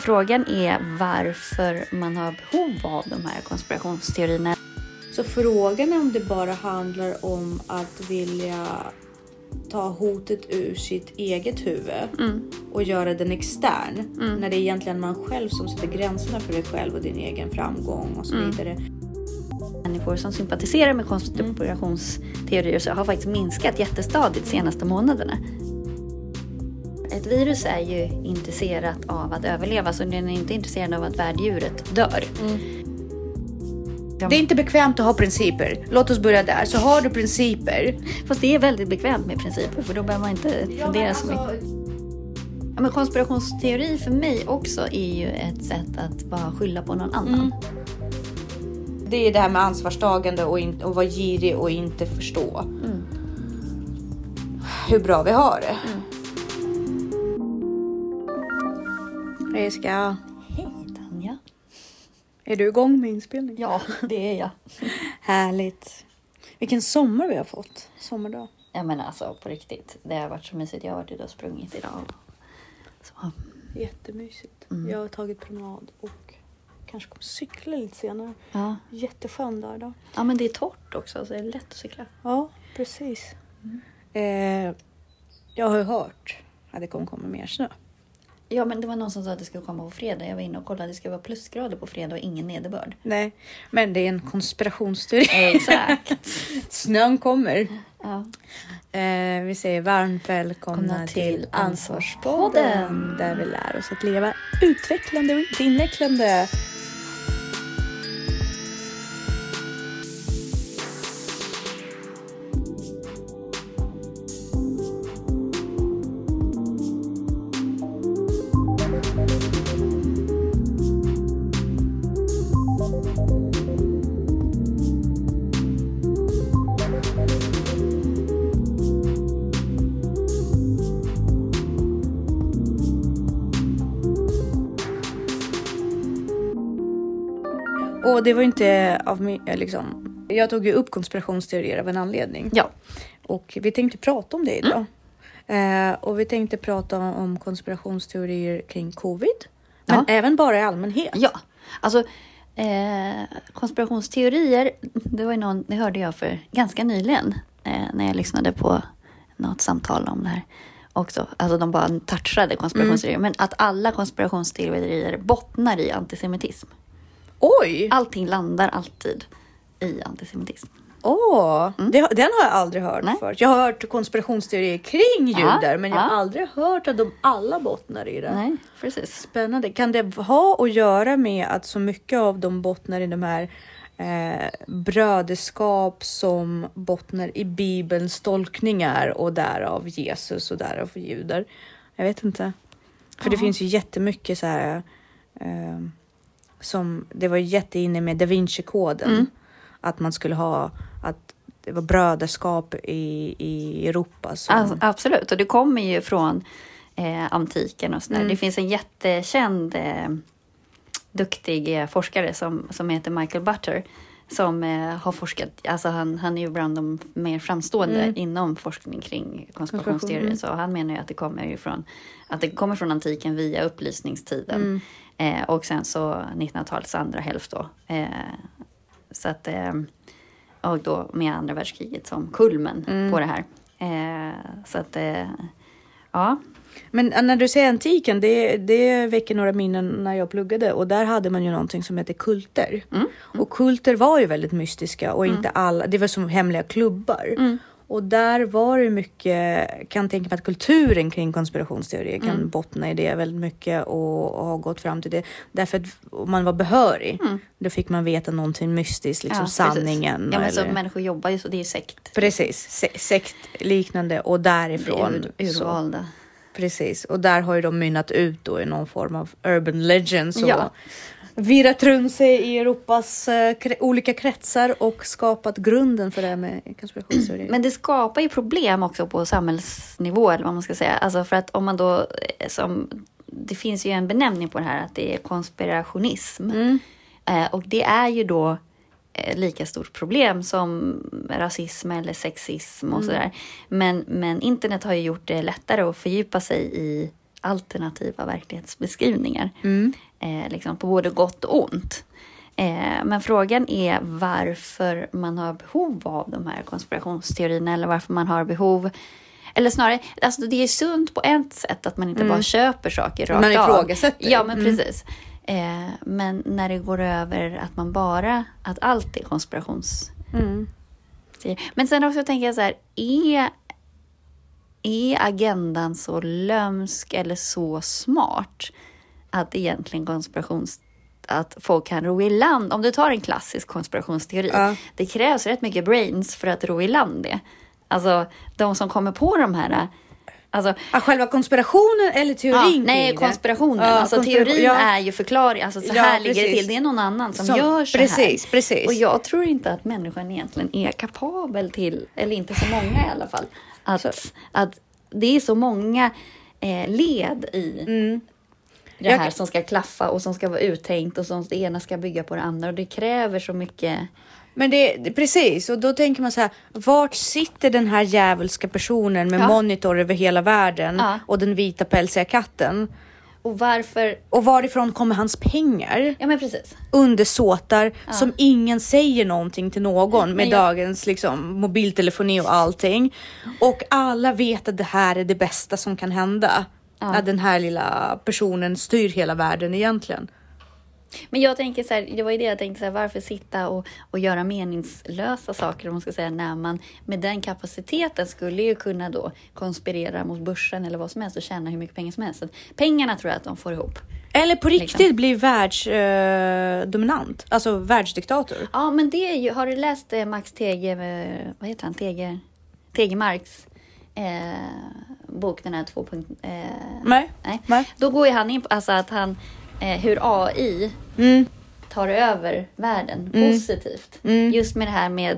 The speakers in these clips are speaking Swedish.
frågan är varför man har behov av de här konspirationsteorierna. Så frågan är om det bara handlar om att vilja ta hotet ur sitt eget huvud och göra den extern. När det är egentligen man själv som sätter gränserna för dig själv och din egen framgång och så vidare. Människor som sympatiserar med konspirationsteorier så har faktiskt minskat jättestadigt de senaste månaderna. Ett virus är ju intresserat av att överleva, så den är inte intresserad av att värddjuret dör. Det är inte bekvämt att ha principer. Låt oss börja där. Så har du principer. Fast det är väldigt bekvämt med principer, för då behöver man inte fundera så mycket. Ja, men konspirationsteori för mig också är ju ett sätt att bara skylla på någon annan. Det är det här med ansvarstagande och vara girig och inte förstå hur bra vi har det. Hej Ska. Hej Tanja. Är du igång med inspelning? Ja, det är jag. Härligt. Vilken sommar vi har fått. Sommardag. Ja, men alltså på riktigt. Det har varit så mysigt. Jag har varit ute och sprungit idag. Så. Jättemysigt. Jag har tagit promenad och kanske kommer cykla lite senare. Ja. Jätteskön dag idag. Ja, men det är torrt också, så det är lätt att cykla. Ja, precis. Jag har ju hört att det kommer komma mer snö. Ja, men det var någon som sa att det skulle komma på fredag. Jag var inne och kollade att det skulle vara plusgrader på fredag och ingen nederbörd. Nej, men det är en konspirationsteori. Exakt. Snön kommer. Ja. Vi säger varmt välkomna till Ansvarspodden. Där vi lär oss att leva utvecklande och inte invecklande. Och det var inte av mig, liksom. Jag tog ju upp konspirationsteorier av en anledning. Ja. Och vi tänkte prata om det idag. Och vi tänkte prata om konspirationsteorier kring covid. Men även bara i allmänhet. Ja, alltså konspirationsteorier, det hörde jag för ganska nyligen. När jag lyssnade på något samtal om det här. Också, alltså de bara touchade konspirationsteorier. Men att alla konspirationsteorier bottnar i antisemitism. Oj! Allting landar alltid i antisemitism. Den har jag aldrig hört förut. Jag har hört konspirationsteorier kring judar, men jag har aldrig hört att de alla bottnar i det. Nej, precis. Spännande. Kan det ha att göra med att så mycket av dem bottnar i de här bröderskap som bottnar i Bibelns tolkningar och därav Jesus och därav judar? Jag vet inte. För det finns ju jättemycket så här... som det var jätteinne med Da Vinci-koden. Att man skulle ha, att det var bröderskap i Europa. Alltså, absolut, och det kommer ju från antiken och sådär. Det finns en jättekänd duktig forskare som heter Michael Butter. Som har forskat, alltså han är ju bland de mer framstående inom forskning kring konspirationsteorier. Så han menar ju att det kommer från antiken via upplysningstiden. Och sen så 1900-talets andra hälft då. Så att, och då med andra världskriget som kulmen på det här. Så att, ja. Men när du säger antiken, det väcker några minnen när jag pluggade. Och där hade man ju någonting som heter kulter. Och kulter var ju väldigt mystiska. Och inte alla, det var som hemliga klubbar. Och där var det mycket, kan tänka mig att kulturen kring konspirationsteorier kan bottna i det väldigt mycket och ha gått fram till det. Därför att om man var behörig, då fick man veta någonting mystiskt, liksom sanningen. Ja, men så människor jobbar ju så, det är ju sekt. Precis, sekt liknande och därifrån. Urvalda. Precis, och där har ju de mynnat ut då i någon form av urban legends och virrat runt sig i Europas olika kretsar och skapat grunden för det här med konspirationsteorier. Men det skapar ju problem också på samhällsnivå, eller vad man ska säga. Alltså för att om man då, det finns ju en benämning på det här, att det är konspirationism. Och det är ju då lika stort problem som rasism eller sexism och sådär. Men internet har ju gjort det lättare att fördjupa sig i alternativa verklighetsbeskrivningar. Liksom på både gott och ont. Men frågan är varför man har behov av de här konspirationsteorierna, eller varför man har behov, eller snarare, alltså det är sunt på ett sätt att man inte bara köper saker rakt av. Man ifrågasätter. Ja, men precis. Men när det går över att man bara, att allt är konspirations. Men sen också tänker jag så här, är agendan så lömsk eller så smart att egentligen att folk kan ro i land? Om du tar en klassisk konspirationsteori, det krävs rätt mycket brains för att ro i land det. Alltså de som kommer på de här, alltså, själva konspirationen eller teorin? Nej, konspirationen. Alltså teorin är ju förklaring. Alltså så här ligger det till. Det är någon annan som gör så här. Precis. Och jag tror inte att människan egentligen är kapabel till, eller inte så många i alla fall, att det är så många led i det här som ska klaffa och som ska vara uttänkt och som det ena ska bygga på det andra. Och det kräver så mycket. Men det precis, och då tänker man så här, vart sitter den här djävulska personen med monitor över hela världen och den vita pälsiga katten? Och varför? Och varifrån kommer hans pengar? Ja, men precis. Undersåtar som ingen säger någonting till någon med dagens liksom, mobiltelefoni och allting. Och alla vet att det här är det bästa som kan hända. Att den här lilla personen styr hela världen egentligen. Men jag tänker så här, det var ju det jag tänkte så här, varför sitta och göra meningslösa saker, om man ska säga, när man med den kapaciteten skulle ju kunna då konspirera mot börsen eller vad som helst och tjäna hur mycket pengar som helst. Så pengarna tror jag att de får ihop. Eller på riktigt bli världsdominant, alltså världsdiktator. Ja, men det är ju, har du läst Max vad heter han, Tegemarks bok, den här 2. Nej. Då går ju han in på alltså att han hur AI tar över världen positivt. Just med det här med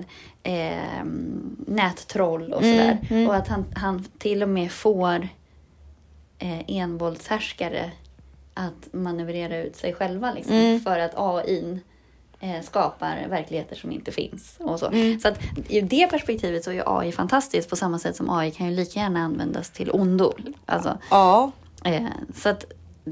nättroll och sådär. Och att han till och med får envåldshärskare att manövrera ut sig själva. Liksom, för att AI skapar verkligheter som inte finns. Och så. Så att i det perspektivet så är ju AI fantastiskt, på samma sätt som AI kan ju lika gärna användas till ondo. Alltså, så att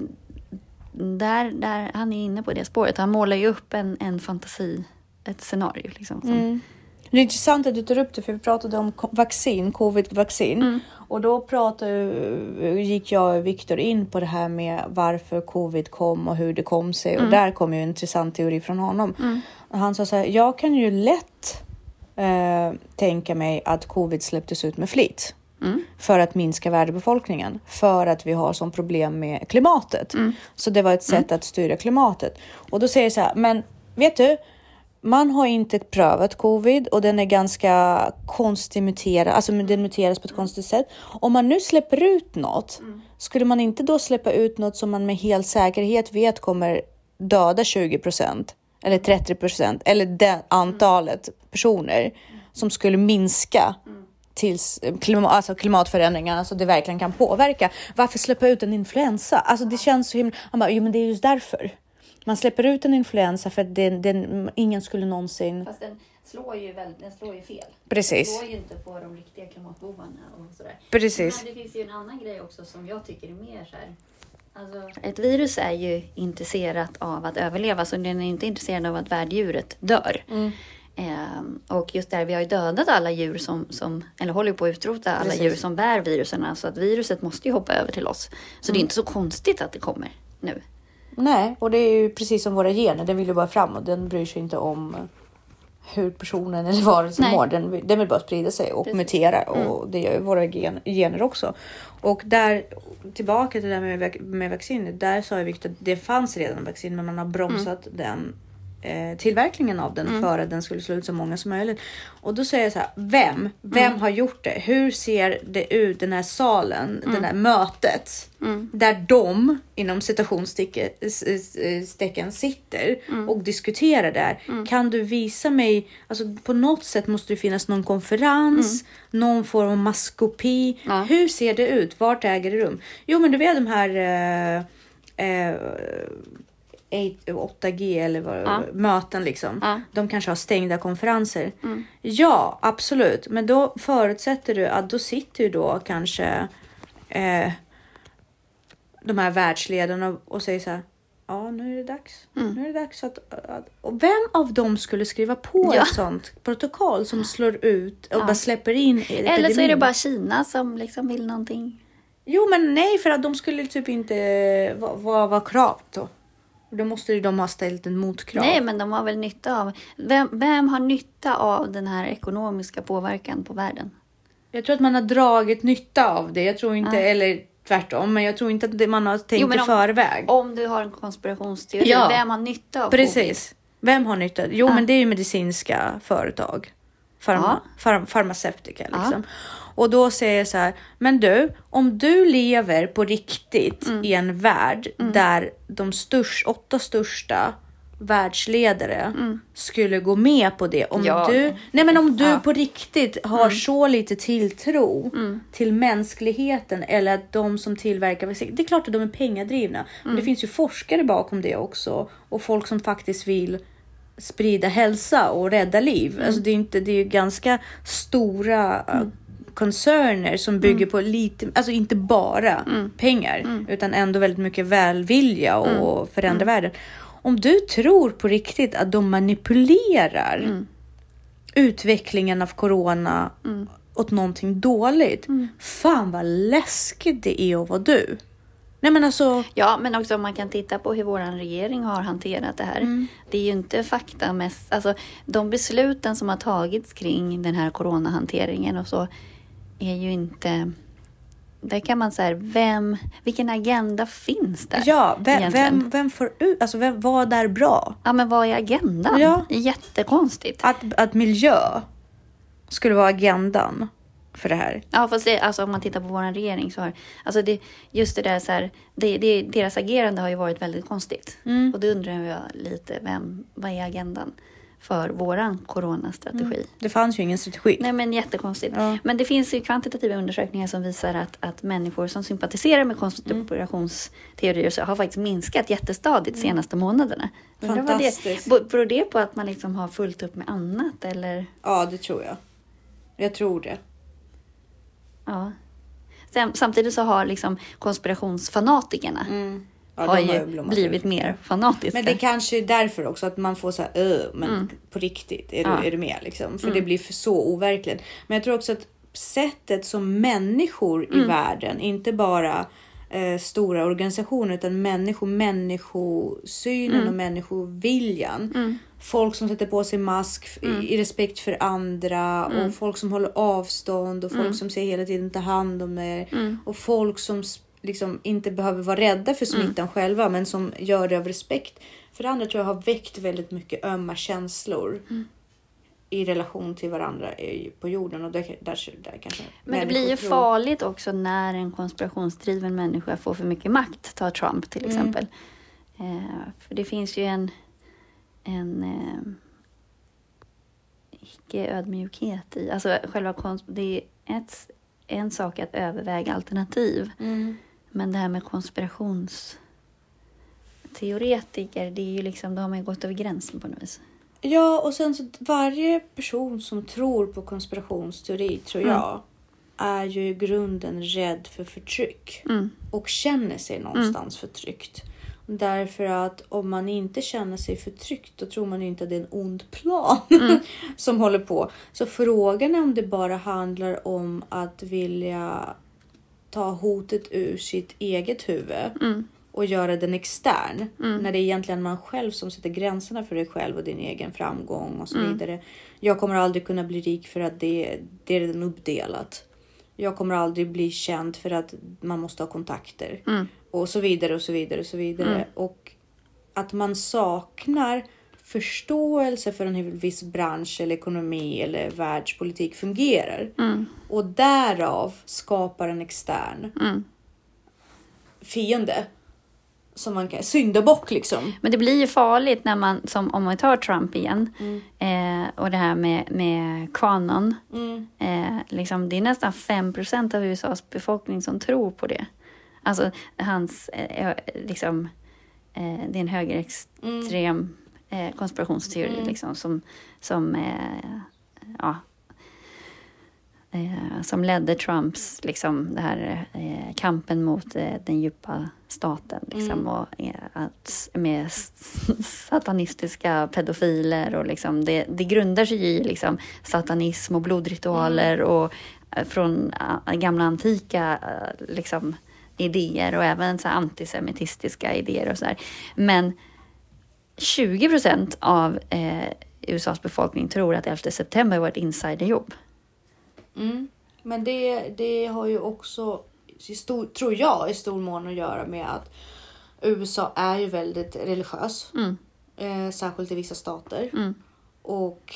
där han är inne på det spåret. Han målar ju upp en fantasi, ett scenario. Liksom, som... Det är intressant att du tar upp det, för vi pratade om covid-vaccin. Och då gick jag och Viktor in på det här med varför covid kom och hur det kom sig. Och där kom ju en intressant teori från honom. Och han sa så här, jag kan ju lätt tänka mig att covid släpptes ut med flit. För att minska världsbefolkningen. För att vi har som problem med klimatet. Så det var ett sätt att styra klimatet. Och då säger jag så här, men vet du, man har inte prövat covid och den är ganska konstigt muterad. Alltså den muteras på ett konstigt sätt. Om man nu släpper ut något, skulle man inte då släppa ut något som man med hel säkerhet vet kommer döda 20% eller 30% eller det antalet personer som skulle minska tills klimatförändringarna så det verkligen kan påverka. Varför släppa ut en influensa? Alltså det känns så himla... Han bara, jo men det är just därför. Man släpper ut en influensa för att ingen skulle någonsin... Fast den slår ju fel. Precis. Den slår ju inte på de riktiga klimatbovarna och sådär. Precis. Men det finns ju en annan grej också som jag tycker är mer så här... Alltså, ett virus är ju intresserat av att överleva, så den är inte intresserad av att värddjuret dör. Och just där, vi har ju dödat alla djur som eller håller på att utrota alla djur som bär virusen. Så att viruset måste ju hoppa över till oss. Så det är inte så konstigt att det kommer nu. Nej, och det är ju precis som våra gener. Den vill ju bara fram och den bryr sig inte om hur personen eller varelsen mår. Den vill bara sprida sig och mutera. Och det gör ju våra gener också. Och där, tillbaka till det där med vaccin. Där sa jag Victor att det fanns redan vaccin, men man har bromsat den tillverkningen av den för att den skulle slå ut så många som möjligt. Och då säger jag så här, vem har gjort det? Hur ser det ut, den här salen, den här mötet där de inom citationstecken sitter och diskuterar där. Kan du visa mig, alltså på något sätt måste det finnas någon konferens, någon form av maskopi. Hur ser det ut? Vart äger det rum? Jo, men du vet de här 8G eller möten liksom. De kanske har stängda konferenser. Ja, absolut. Men då förutsätter du att då sitter ju då kanske de här världsledarna och säger så här, ja, nu är det dags. Nu är det dags att och vem av dem skulle skriva på ett sånt protokoll som slår ut och bara släpper in epidemin? Eller så är det bara Kina som liksom vill någonting. Jo, men nej, för att de skulle typ inte vara krav då. Då måste de ha ställt en motkrav. Nej, men de har väl nytta av... Vem har nytta av den här ekonomiska påverkan på världen? Jag tror att man har dragit nytta av det. Jag tror inte, eller tvärtom, men jag tror inte att man har tänkt i förväg. Om du har en konspirationsteori, vem har nytta av precis. COVID? Vem har nytta? Jo, men det är ju medicinska företag. Farmaceutika liksom. Och då säger jag så här, men du, om du lever på riktigt i en värld där de 8 största världsledare skulle gå med på det. Om du på riktigt har så lite tilltro till mänskligheten eller att de som tillverkar vaccin, det är klart att de är pengadrivna. Men det finns ju forskare bakom det också och folk som faktiskt vill sprida hälsa och rädda liv. Alltså det är ju ganska stora koncerner som bygger på lite, alltså inte bara pengar utan ändå väldigt mycket välvilja och förändra världen. Om du tror på riktigt att de manipulerar utvecklingen av corona åt någonting dåligt, fan vad läskigt det är att vara du. Nej, men alltså... Ja, men också om man kan titta på hur vår regering har hanterat det här. Det är ju inte fakta mest... Alltså, de besluten som har tagits kring den här coronahanteringen och så är ju inte... Där kan man säga, vilken agenda finns där? Ja, vem får ut... Alltså, vad är bra? Ja, men vad är agendan? Ja. Det är jättekonstigt. Att miljö skulle vara agendan för det här. Ja, fast alltså, om man tittar på vår regering så har... Alltså just det där så här... deras agerande har ju varit väldigt konstigt. Och då undrar jag lite, vad är agendan för våran coronastrategi? Det fanns ju ingen strategi. Nej, men jättekonstigt. Ja. Men det finns ju kvantitativa undersökningar som visar att människor som sympatiserar med konspirationsteorier så har faktiskt minskat jättestadigt de senaste månaderna. Fantastiskt. Beror det på att man liksom har fullt upp med annat? Eller? Ja, det tror jag. Jag tror det. Ja. Samtidigt så har liksom konspirationsfanatikerna har ju blivit mer fanatiska. Men det kanske är därför också att man får så här, men på riktigt, är du med liksom? För det blir för så overkligt. Men jag tror också att sättet som människor i världen, inte bara stora organisationer utan människosynen och människoviljan. Folk som sätter på sig mask i respekt för andra och folk som håller avstånd och folk som säger hela tiden ta hand om er och folk som liksom inte behöver vara rädda för smittan själva men som gör det av respekt. För det andra tror jag har väckt väldigt mycket ömma känslor i relation till varandra på jorden och där kanske. Men det blir ju farligt också när en konspirationsdriven människa får för mycket makt. Ta Trump till exempel. För det finns ju en icke-ödmjukhet i. Alltså själva det är en sak att överväga alternativ. Men det här med konspirationsteoretiker, det är ju liksom, de har ju gått över gränsen på något vis. Ja, och sen så varje person som tror på konspirationsteori, tror jag, är ju i grunden rädd för förtryck. Och känner sig någonstans förtryckt. Därför att om man inte känner sig förtryckt, då tror man inte att det är en ond plan som håller på. Så frågan är om det bara handlar om att vilja ta hotet ur sitt eget huvud och göra den extern. När det är egentligen man själv som sätter gränserna för dig själv och din egen framgång och så vidare. Jag kommer aldrig kunna bli rik för att det är redan uppdelat. Jag kommer aldrig bli känd för att man måste ha kontakter. Och så vidare och så vidare och så vidare. Och att man saknar förståelse för en viss bransch eller ekonomi eller världspolitik fungerar. Och därav skapar en extern fiende. Som man kan syndabock liksom. Men det blir ju farligt när man, som om man tar Trump igen. Och det här med Qanon. Liksom, det är nästan 5% av USAs befolkning som tror på det. Alltså hans liksom, det är en högerextrem konspirationsteori liksom, som som ledde Trumps liksom, det här, kampen mot den djupa staten. Liksom, och, med satanistiska pedofiler. Och, liksom, det grundar sig i liksom, satanism och blodritualer och från gamla antika liksom, idéer och även så här, antisemitistiska idéer och så där. Men 20% av USAs befolkning tror att 11 september var ett insiderjobb. Men det har ju också tror jag i stor mån att göra med att USA är ju väldigt religiös. Särskilt i vissa stater. Och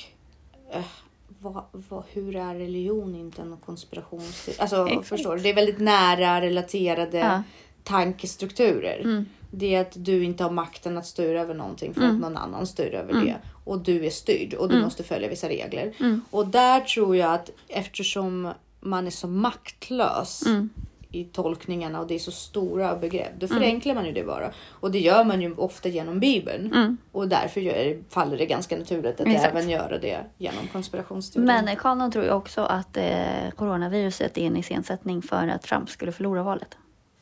hur är religion inte en konspirationsteori? Alltså förstår du? Det är väldigt nära relaterade tankestrukturer. Det är att du inte har makten att styra över någonting för att någon annan styr över det. Och du är styrd och du måste följa vissa regler. Och där tror jag att eftersom man är så maktlös i tolkningarna och det är så stora begrepp, då förenklar man ju det bara. Och det gör man ju ofta genom Bibeln. Och därför faller det ganska naturligt att även göra det genom konspirationsteorier. Men Kanon tror ju också att coronaviruset är en iscensättning för att Trump skulle förlora valet.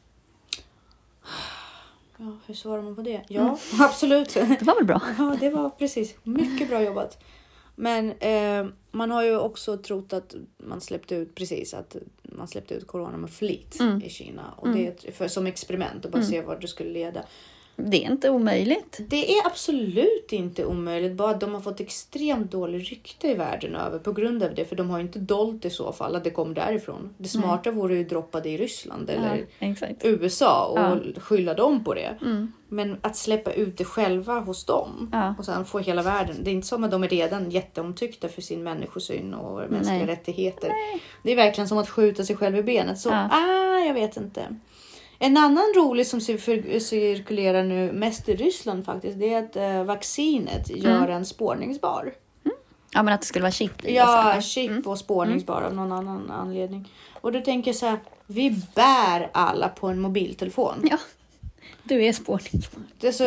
Ja, hur svarar man på det? Ja, absolut. Det var väl bra? Ja, det var precis. Mycket bra jobbat. Men man har ju också trott att man släppte ut corona med flit i Kina. Och det är som experiment och bara se vad det skulle leda. Det är inte omöjligt. Det är absolut inte omöjligt. Bara att de har fått extremt dålig rykte i världen över på grund av det. För de har inte dolt i så fall att det kom därifrån. Det smarta vore ju att droppa det i Ryssland eller USA och skylla dem på det. Men att släppa ut det själva hos dem och sen få hela världen. Det är inte som att de är redan jätteomtyckta för sin människosyn och mänskliga rättigheter. Det är verkligen som att skjuta sig själv i benet. Så jag vet inte. En annan rolig som cirkulerar nu mest i Ryssland faktiskt, det är att vaccinet gör en spårningsbar. Ja, men att det skulle vara chip i. Ja, chip och spårningsbar av någon annan anledning. Och då tänker jag så här, vi bär alla på en mobiltelefon. Ja, du är spårningsbar.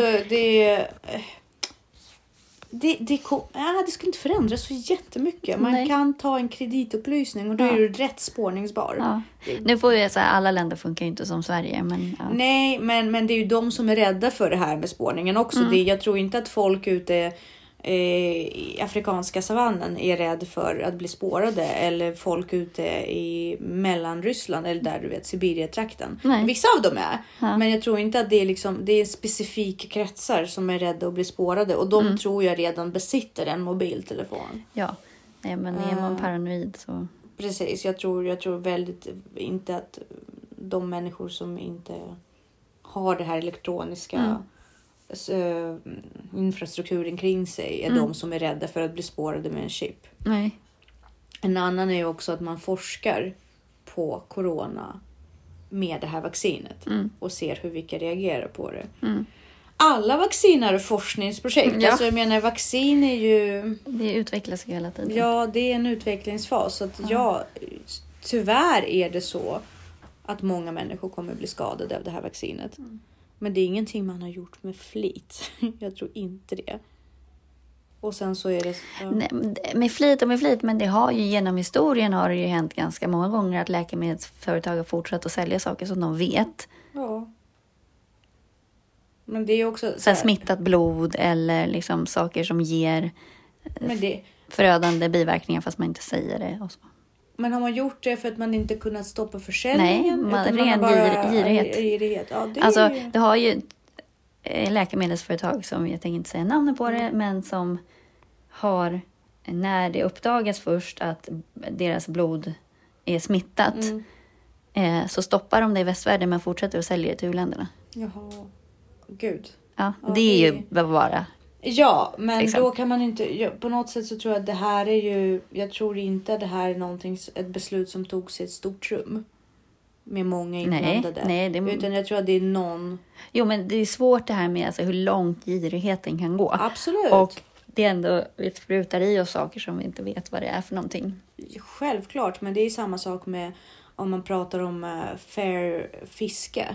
Det skulle inte förändras så jättemycket. Man kan ta en kreditupplysning och då är du rätt spårningsbar. Ja. Nu får jag säga alla länder funkar ju inte som Sverige. Men, Nej, men det är ju de som är rädda för det här med spårningen också. Jag tror inte att folk ute i afrikanska savannen är rädd för att bli spårade. Eller folk ute i Mellanryssland eller där du vet Sibirietrakten. Vissa av dem är. Men jag tror inte att det är specifika kretsar som är rädda att bli spårade. Och de tror jag redan besitter en mobiltelefon. Ja, men är man paranoid så... Precis, jag tror väldigt inte att de människor som inte har det här elektroniska infrastrukturen kring sig är de som är rädda för att bli spårade med en chip. Nej. En annan är ju också att man forskar på corona med det här vaccinet och ser hur vilka reagerar på det. Alla vacciner är forskningsprojekt. Ja. Alltså jag menar, vaccin är ju... Det utvecklas ju hela tiden. Ja, det är en utvecklingsfas. Så att tyvärr är det så att många människor kommer bli skadade av det här vaccinet. Men det är ingenting man har gjort med flit. Jag tror inte det. Och sen så är det... Ja. Nej, med flit, men det har ju genom historien har det ju hänt ganska många gånger att läkemedelsföretag har fortsatt att sälja saker som de vet. Ja. Men det är också... Så här, smittat blod eller liksom saker som ger förödande biverkningar fast man inte säger det. Och så. Men har man gjort det för att man inte kunnat stoppa försäljningen? Nej, ren girighet. Ja, det har ju läkemedelsföretag som, jag tänker inte säga namnet på det, men som har, när det uppdagas först att deras blod är smittat, så stoppar de det i västvärlden men fortsätter att sälja det till u-länderna. Jaha, gud. Ja, det är ju bara... Ja, men då kan man inte... På något sätt så tror jag att det här är ju... Jag tror inte att det här är ett beslut som togs i ett stort rum. Med många inblandade. Nej, utan jag tror att det är någon... Jo, men det är svårt det här med alltså, hur långt girigheten kan gå. Absolut. Och det är ändå... Vi sprutar i oss saker som vi inte vet vad det är för någonting. Självklart, men det är samma sak med... Om man pratar om fair fiske.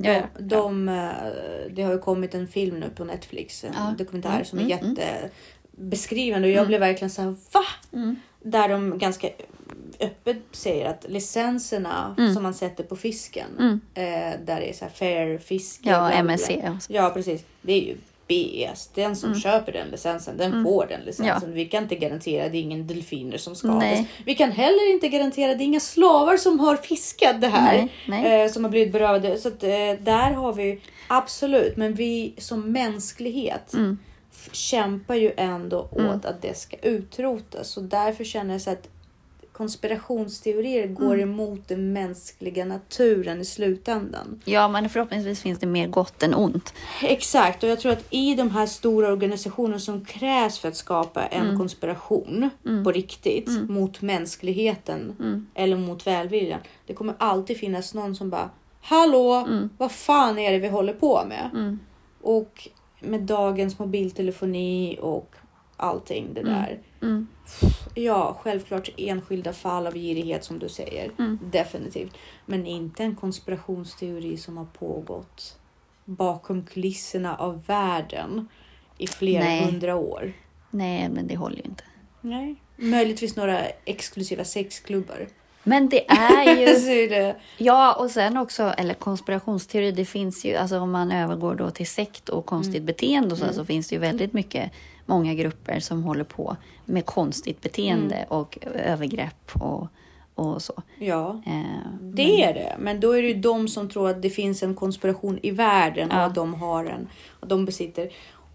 Det har ju kommit en film nu på Netflix. En dokumentär som är jättebeskrivande. Och jag blev verkligen så här, va? Där de ganska öppet säger att licenserna som man sätter på fisken, där det är så här fair fiske. Ja, MSC. Ja, precis. Det är ju BS. Den som köper den licensen, den får den licensen. Ja. Vi kan inte garantera att det är ingen delfiner som skadas. Nej. Vi kan heller inte garantera att det är inga slavar som har fiskat det här. Nej. Som har blivit berövade. Så att, där har vi absolut. Men vi som mänsklighet kämpar ju ändå åt att det ska utrotas. Så därför känner jag så att konspirationsteorier går emot den mänskliga naturen i slutändan. Ja, men förhoppningsvis finns det mer gott än ont. Exakt, och jag tror att i de här stora organisationerna som krävs för att skapa en konspiration på riktigt mot mänskligheten eller mot välviljan. Det kommer alltid finnas någon som bara, hallå, vad fan är det vi håller på med? Och med dagens mobiltelefoni och allting det där. Ja, självklart enskilda fall av girighet som du säger. Definitivt. Men inte en konspirationsteori som har pågått bakom kulisserna av världen i flera hundra år. Nej, men det håller ju inte. Nej. Möjligtvis några exklusiva sexklubbar. Men det är ju... Ja, och sen också, eller konspirationsteori, det finns ju, alltså om man övergår då till sekt och konstigt beteende och så finns det ju väldigt många grupper som håller på med konstigt beteende och övergrepp och så. Ja, det är det. Men då är det ju de som tror att det finns en konspiration i världen och att de har och de besitter...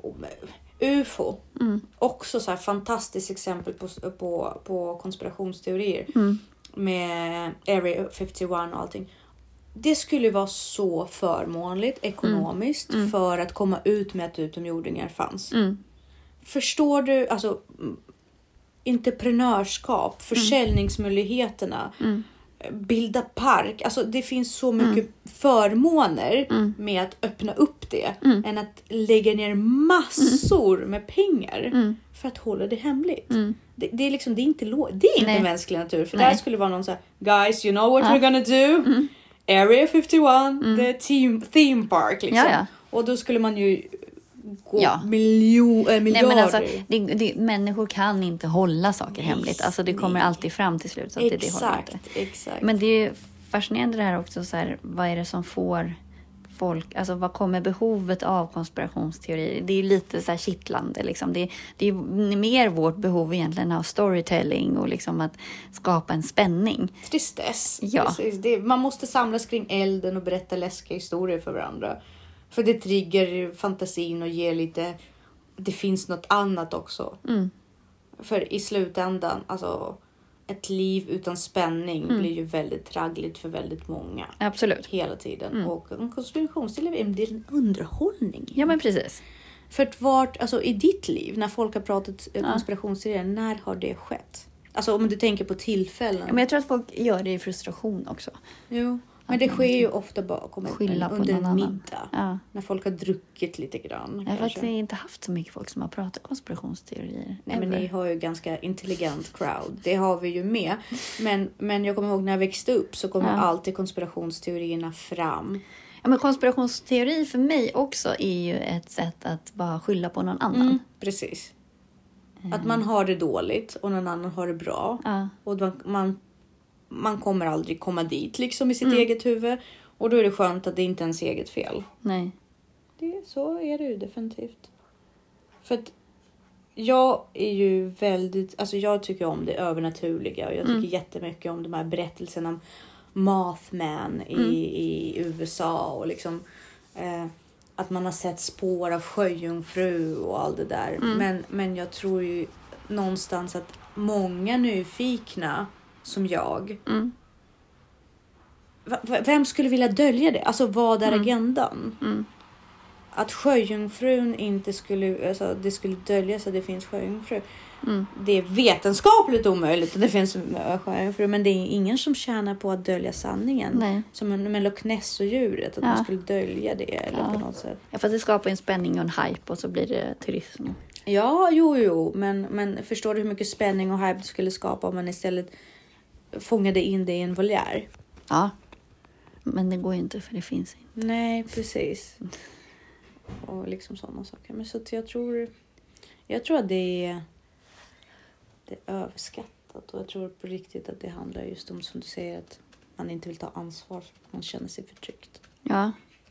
UFO. Också så här fantastiskt exempel på konspirationsteorier. Med Area 51 och allting. Det skulle vara så förmånligt ekonomiskt för att komma ut med att utomjordingar fanns. Förstår du, alltså entreprenörskap, försäljningsmöjligheterna, bilda park. Alltså det finns så mycket förmåner med att öppna upp det än att lägga ner massor med pengar för att hålla det hemligt. Det är liksom, det är inte mänsklig natur. För där skulle vara någon så här, guys, you know what we're gonna do? Area 51, the theme park liksom. Ja. Och då skulle man ju gå miljarder. Nej, men alltså, människor kan inte hålla saker hemligt. Alltså det kommer alltid fram till slut. Så att Exakt. Men det är ju fascinerande det här också. Så här, vad är det som får folk, alltså vad kommer behovet av konspirationsteorier? Det är lite så här kittlande liksom. Det är mer vårt behov egentligen av storytelling och liksom att skapa en spänning. Tristess. Ja. Man måste samlas kring elden och berätta läskiga historier för varandra. För det triggar fantasin och ger lite, det finns något annat också. För i slutändan, alltså ett liv utan spänning blir ju väldigt traggligt för väldigt många. Absolut. Hela tiden. Och en konspirationsteori är en del underhållning. Ja, men precis. För att alltså i ditt liv, när folk har pratat konspirationsteorier, när har det skett? Alltså om du tänker på tillfällen. Ja, men jag tror att folk gör det i frustration också. Jo. Men det sker ju ofta bakom under en middag. Ja. När folk har druckit lite grann. Jag har faktiskt inte haft så mycket folk som har pratat konspirationsteorier. Nej, men ni har ju ganska intelligent crowd. Det har vi ju med. Men jag kommer ihåg när jag växte upp så kommer alltid konspirationsteorierna fram. Ja, men konspirationsteori för mig också är ju ett sätt att bara skylla på någon annan. Precis. Att man har det dåligt och någon annan har det bra. Och man kommer aldrig komma dit liksom i sitt eget huvud. Och då är det skönt att det inte är ens eget fel. Nej. Så är det ju definitivt. För att jag är ju väldigt, alltså jag tycker om det övernaturliga. Och jag tycker jättemycket om de här berättelserna om Mothman i USA. Och liksom att man har sett spår av sjöjungfru och allt det där. Men jag tror ju någonstans att många nyfikna som jag. Vem skulle vilja dölja det? Alltså vad är agendan? Att sjöjungfrun inte skulle, alltså det skulle döljas att det finns sjöjungfru. Det är vetenskapligt omöjligt att det finns sjöjungfru, men det är ingen som tjänar på att dölja sanningen. Nej. Som med Loch Ness och djuret, att man skulle dölja det eller på något sätt. Ja, för det skapar en spänning och en hype och så blir det turism. Ja, jo, men förstår du hur mycket spänning och hype det skulle skapa om man istället fångade in det i en voljär? Ja, men det går ju inte för det finns inte. Nej, precis. Och liksom sådana saker. Men så att jag tror att det är överskattat. missuppfattat. Och jag tror på riktigt att det handlar just om, som du säger, att man inte vill ta ansvar för att man känner sig förtryckt. Ja.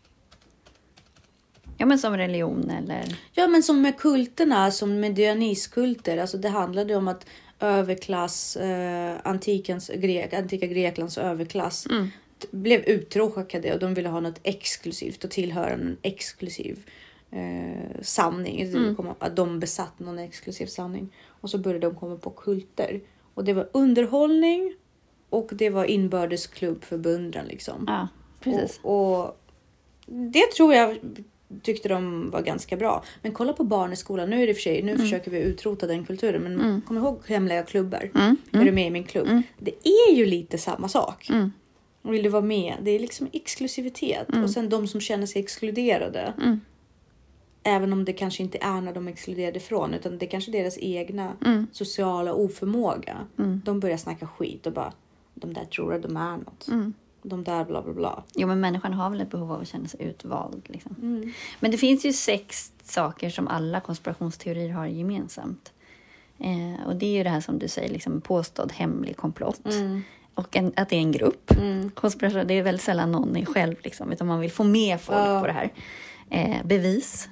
Ja, men som religion eller... Ja, men som med kulterna, som med Dionyskulter. Alltså det handlade om att överklass, antika Greklands överklass blev uttråkade och de ville ha något exklusivt och tillhöra en exklusiv samling. Att de besatt någon exklusiv samling. Och så började de komma på kulter. Och det var underhållning och det var inbördesklubb för beundran liksom. Ja, precis. Och det tror jag tyckte de var ganska bra. Men kolla på barneskolan. Nu är det för sig, nu försöker vi utrota den kulturen. Men kom ihåg hemliga klubbar. Är du med i min klubb? Det är ju lite samma sak. Vill du vara med? Det är liksom exklusivitet. Och sen de som känner sig exkluderade. Även om det kanske inte är när de är exkluderade ifrån. Utan det är kanske deras egna sociala oförmåga. De börjar snacka skit och bara, de där tror att de är något. De där bla bla bla. Jo, men människan har väl ett behov av att känna sig utvald. Liksom. Men det finns ju 6 saker som alla konspirationsteorier har gemensamt. Och det är ju det här som du säger, liksom påstådd hemlig komplott. Och att det är en grupp. Konspiration, det är väldigt sällan någon är själv. Liksom, utan man vill få med folk på det här. Bevis.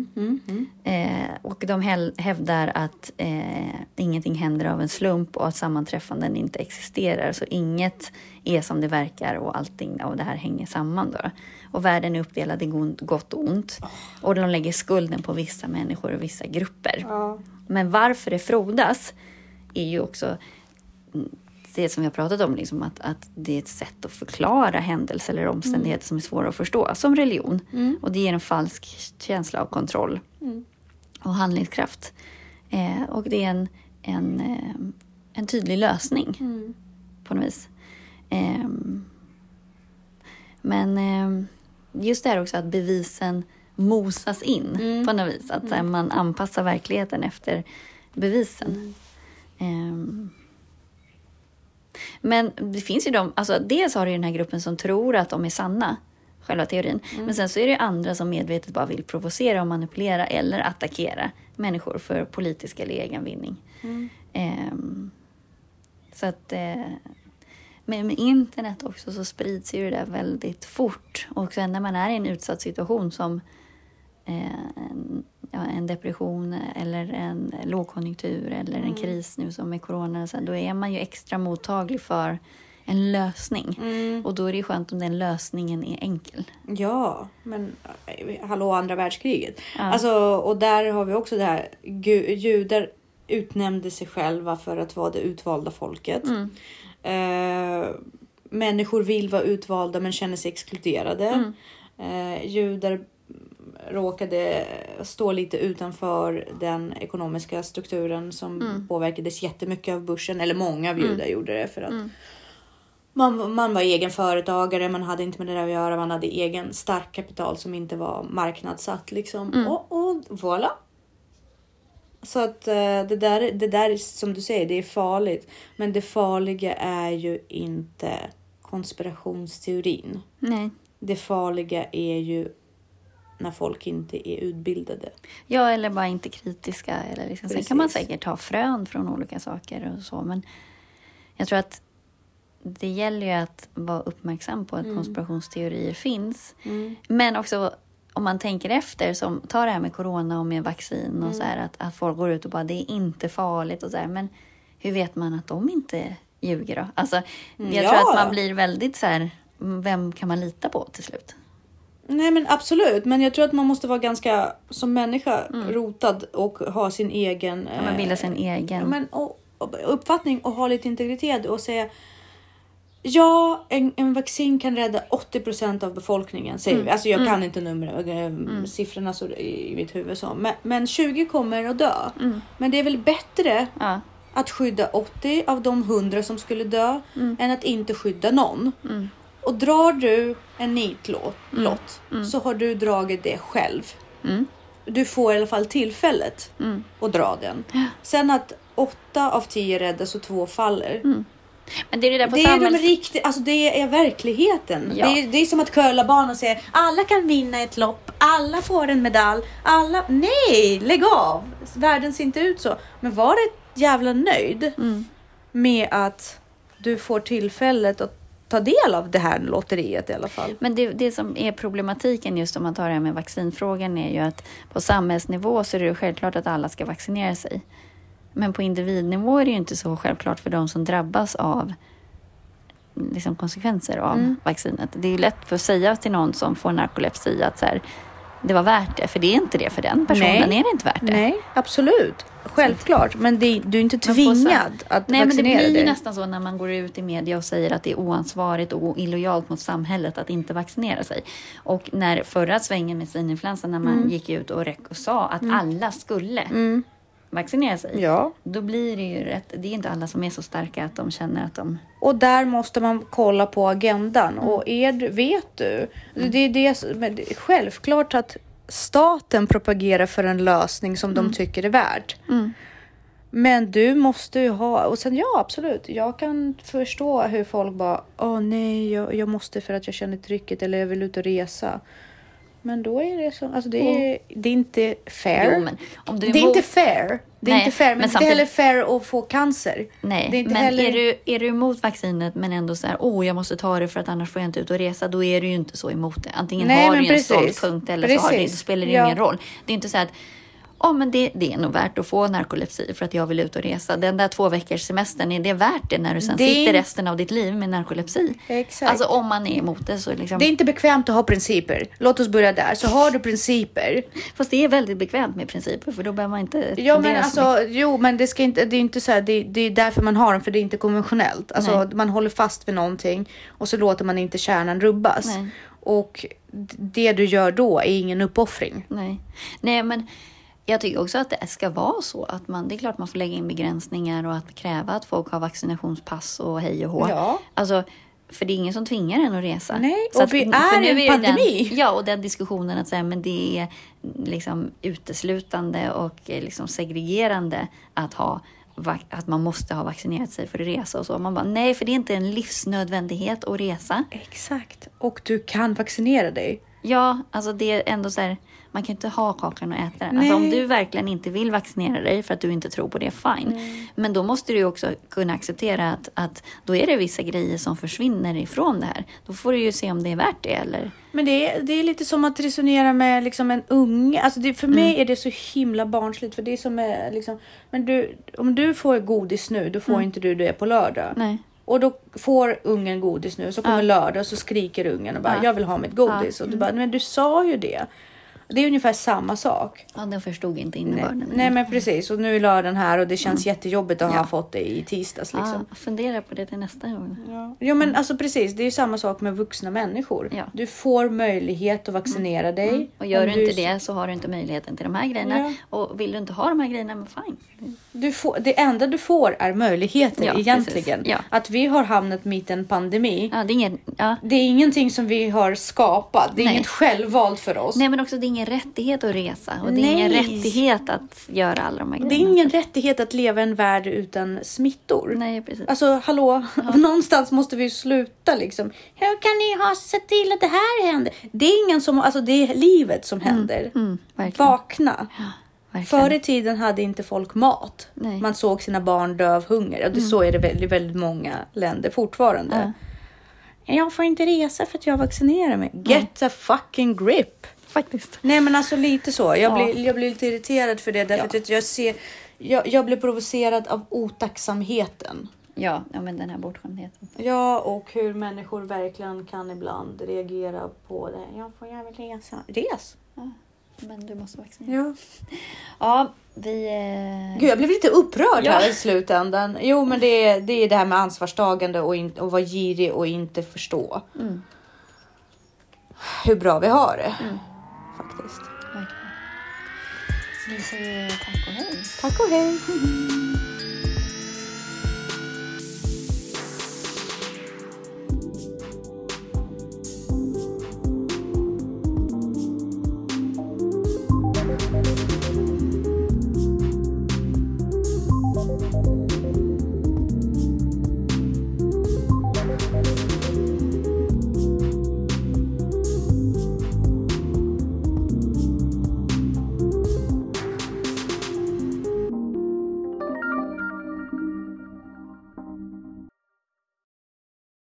Och de hävdar att ingenting händer av en slump och att sammanträffanden inte existerar. Så inget är som det verkar och allting av det här hänger samman då. Och världen är uppdelad i gott och ont. Och de lägger skulden på vissa människor och vissa grupper. Men varför det frodas är ju också det som vi har pratat om, liksom att det är ett sätt att förklara händelser eller omständigheter som är svåra att förstå, som religion. Och det ger en falsk känsla av kontroll och handlingskraft. Och det är en tydlig lösning på något vis. Men just det här också att bevisen mosas in på något vis. Att man anpassar verkligheten efter bevisen. Men det finns ju dels har du den här gruppen som tror att de är sanna, själva teorin. Men sen så är det andra som medvetet bara vill provocera och manipulera eller attackera människor för politisk eller egen vinning. Så att med internet också så sprids ju det där väldigt fort. Och sen när man är i en utsatt situation som en depression eller en lågkonjunktur eller en kris nu som med corona, då är man ju extra mottaglig för en lösning. Och då är det skönt om den lösningen är enkel. Ja, men hallå, andra världskriget. Alltså, och där har vi också det här, judar utnämnde sig själva för att vara det utvalda folket. Människor vill vara utvalda men känner sig exkluderade. Judar råkade stå lite utanför den ekonomiska strukturen som påverkades jättemycket av börsen. Eller många av judar gjorde det för att man var egen företagare, man hade inte med det där att göra, man hade egen stark kapital som inte var marknadssatt liksom. Och voilà. Så att det där som du säger, det är farligt. Men det farliga är ju inte konspirationsteorin. Nej. Det farliga är ju när folk inte är utbildade. Ja, eller bara inte kritiska. Eller liksom. Sen kan man säkert ta frön från olika saker och så. Men jag tror att det gäller ju att vara uppmärksam på att konspirationsteorier finns. Men också om man tänker efter, som tar det här med corona och med vaccin och så här, att folk går ut och bara, det är inte farligt och så här. Men hur vet man att de inte ljuger då? Alltså, jag tror att man blir väldigt så här, vem kan man lita på till slut? Nej, men absolut. Men jag tror att man måste vara ganska som människa rotad och ha sin egen man bilda sin egen och uppfattning och ha lite integritet och säga ja, en vaccin kan rädda 80% av befolkningen, säger vi. Alltså jag kan inte siffrorna så i mitt huvud så. Men 20 kommer att dö. Men det är väl bättre att skydda 80 av de 100 som skulle dö än att inte skydda någon. Och drar du en nitlott så har du dragit det själv. Du får i alla fall tillfället att dra den. Sen att 8 av 10 räddas och 2 faller. Men det är det där på alltså det är verkligheten. Ja. Det är som att curla barn och säga alla kan vinna ett lopp, alla får en medalj, nej, lägg av. Världen ser inte ut så. Men var det jävla nöjd med att du får tillfället att ta del av det här lotteriet i alla fall. Men det som är problematiken just om man tar det här med vaccinfrågan är ju att på samhällsnivå så är det självklart att alla ska vaccinera sig. Men på individnivå är det ju inte så självklart för de som drabbas av liksom konsekvenser av vaccinet. Det är ju lätt för att säga till någon som får narkolepsi att så här, det var värt det, för det är inte det för den personen. Nej. Är det inte värt det. Nej, absolut. Självklart, men du är inte tvingad att nej, vaccinera dig. Men det blir ju nästan så när man går ut i media och säger att det är oansvarigt och illojalt mot samhället att inte vaccinera sig. Och när förra svängen med svininfluensa, när man gick ut och sa att alla skulle vaccinera sig, då blir det ju rätt. Det är inte alla som är så starka att de känner att de... Och där måste man kolla på agendan. Och vet du, det är det, självklart att staten propagerar för en lösning som de tycker är värd. Men du måste ju ha, och sen absolut, jag kan förstå hur folk bara, nej, jag måste för att jag känner trycket eller jag vill ut och resa. Men då är det så, alltså det är inte fair. Jo, men om du det är inte fair. Det är inte fair, men samtidigt... det är heller fair att få cancer. Nej, det är inte men heller... är du emot vaccinet men ändå så här, jag måste ta det för att annars får jag inte ut och resa, då är du ju inte så emot det. Antingen har du en ståndpunkt eller så då spelar det ingen roll. Det är inte så att men det är nog värt att få narkolepsi för att jag vill ut och resa. Den där 2 veckors semestern, är det värt det när du sen sitter resten av ditt liv med narkolepsi? Exakt. Alltså om man är emot det så liksom... Det är inte bekvämt att ha principer. Låt oss börja där. Så har du principer. Fast det är väldigt bekvämt med principer för då behöver man inte... Men det ska inte, det är inte så här, det är därför man har dem, för det är inte konventionellt. Alltså man håller fast vid någonting och så låter man inte kärnan rubbas. Nej. Och det du gör då är ingen uppoffring. Nej, men jag tycker också att det ska vara så att det är klart man får lägga in begränsningar och att kräva att folk har vaccinationspass och hej och hå. Ja. Alltså, för det är ingen som tvingar en att resa. Nej, och vi är i en pandemi. Och den diskussionen att säga, men det är liksom uteslutande och liksom segregerande att man måste ha vaccinerat sig för att resa och så. Man bara, nej, för det är inte en livsnödvändighet att resa. Exakt. Och du kan vaccinera dig. Ja, alltså det är ändå så här, man kan inte ha kakan och äta den. Alltså om du verkligen inte vill vaccinera dig för att du inte tror på det, fine. Men då måste du ju också kunna acceptera att då är det vissa grejer som försvinner ifrån det här. Då får du ju se om det är värt det eller... Men det är lite som att resonera med liksom en unge. Alltså för mig är det så himla barnsligt. För det är som liksom... Men om du får godis nu, då får inte du det på lördag. Nej. Och då får ungen godis nu. Så kommer lördag och så skriker ungen och bara, jag vill ha mitt godis. Och du bara, men du sa ju det. Det är ungefär samma sak. Ja, den förstod inte innebörden. Nej, men precis. Och nu är lördagen här och det känns jättejobbigt att ha fått det i tisdags. Liksom. Ja, fundera på det till nästa gång. Ja, men alltså precis. Det är ju samma sak med vuxna människor. Ja. Du får möjlighet att vaccinera dig. Och gör du inte det så har du inte möjligheten till de här grejerna. Ja. Och vill du inte ha de här grejerna, men fine. Det enda du får är möjligheter egentligen. Ja. Att vi har hamnat mitt i en pandemi. Ja, det är ingenting som vi har skapat. Det är inget självvalt för oss. Nej, men också det är ingen rättighet att resa. Och det är ingen rättighet att göra alla de här grejerna. Det är ingen rättighet att leva i en värld utan smittor. Nej, precis. Alltså, hallå. Någonstans måste vi sluta liksom. Hur kan ni ha sett till att det här händer? Det är ingen som, alltså det är livet som händer. Vakna. Ja. Förr i tiden hade inte folk mat. Nej. Man såg sina barn dö av hunger. Och så är det väldigt, väldigt många länder fortfarande. Jag får inte resa för att jag vaccinerar mig. Get a fucking grip. Faktiskt. Nej, men alltså lite så. Jag blir lite irriterad för det. Därför att jag blir provocerad av otacksamheten. Ja, men den här bortskämdheten. Ja, och hur människor verkligen kan ibland reagera på det. Jag vill resa. Res. Ja. Men du måste vaccinera. Ja, Gud, jag blev lite upprörd här i slutändan. Jo, men det är det här med ansvarstagande och vara girig och inte förstå hur bra vi har det. Faktiskt. Vi säger tack och hej. Tack och hej.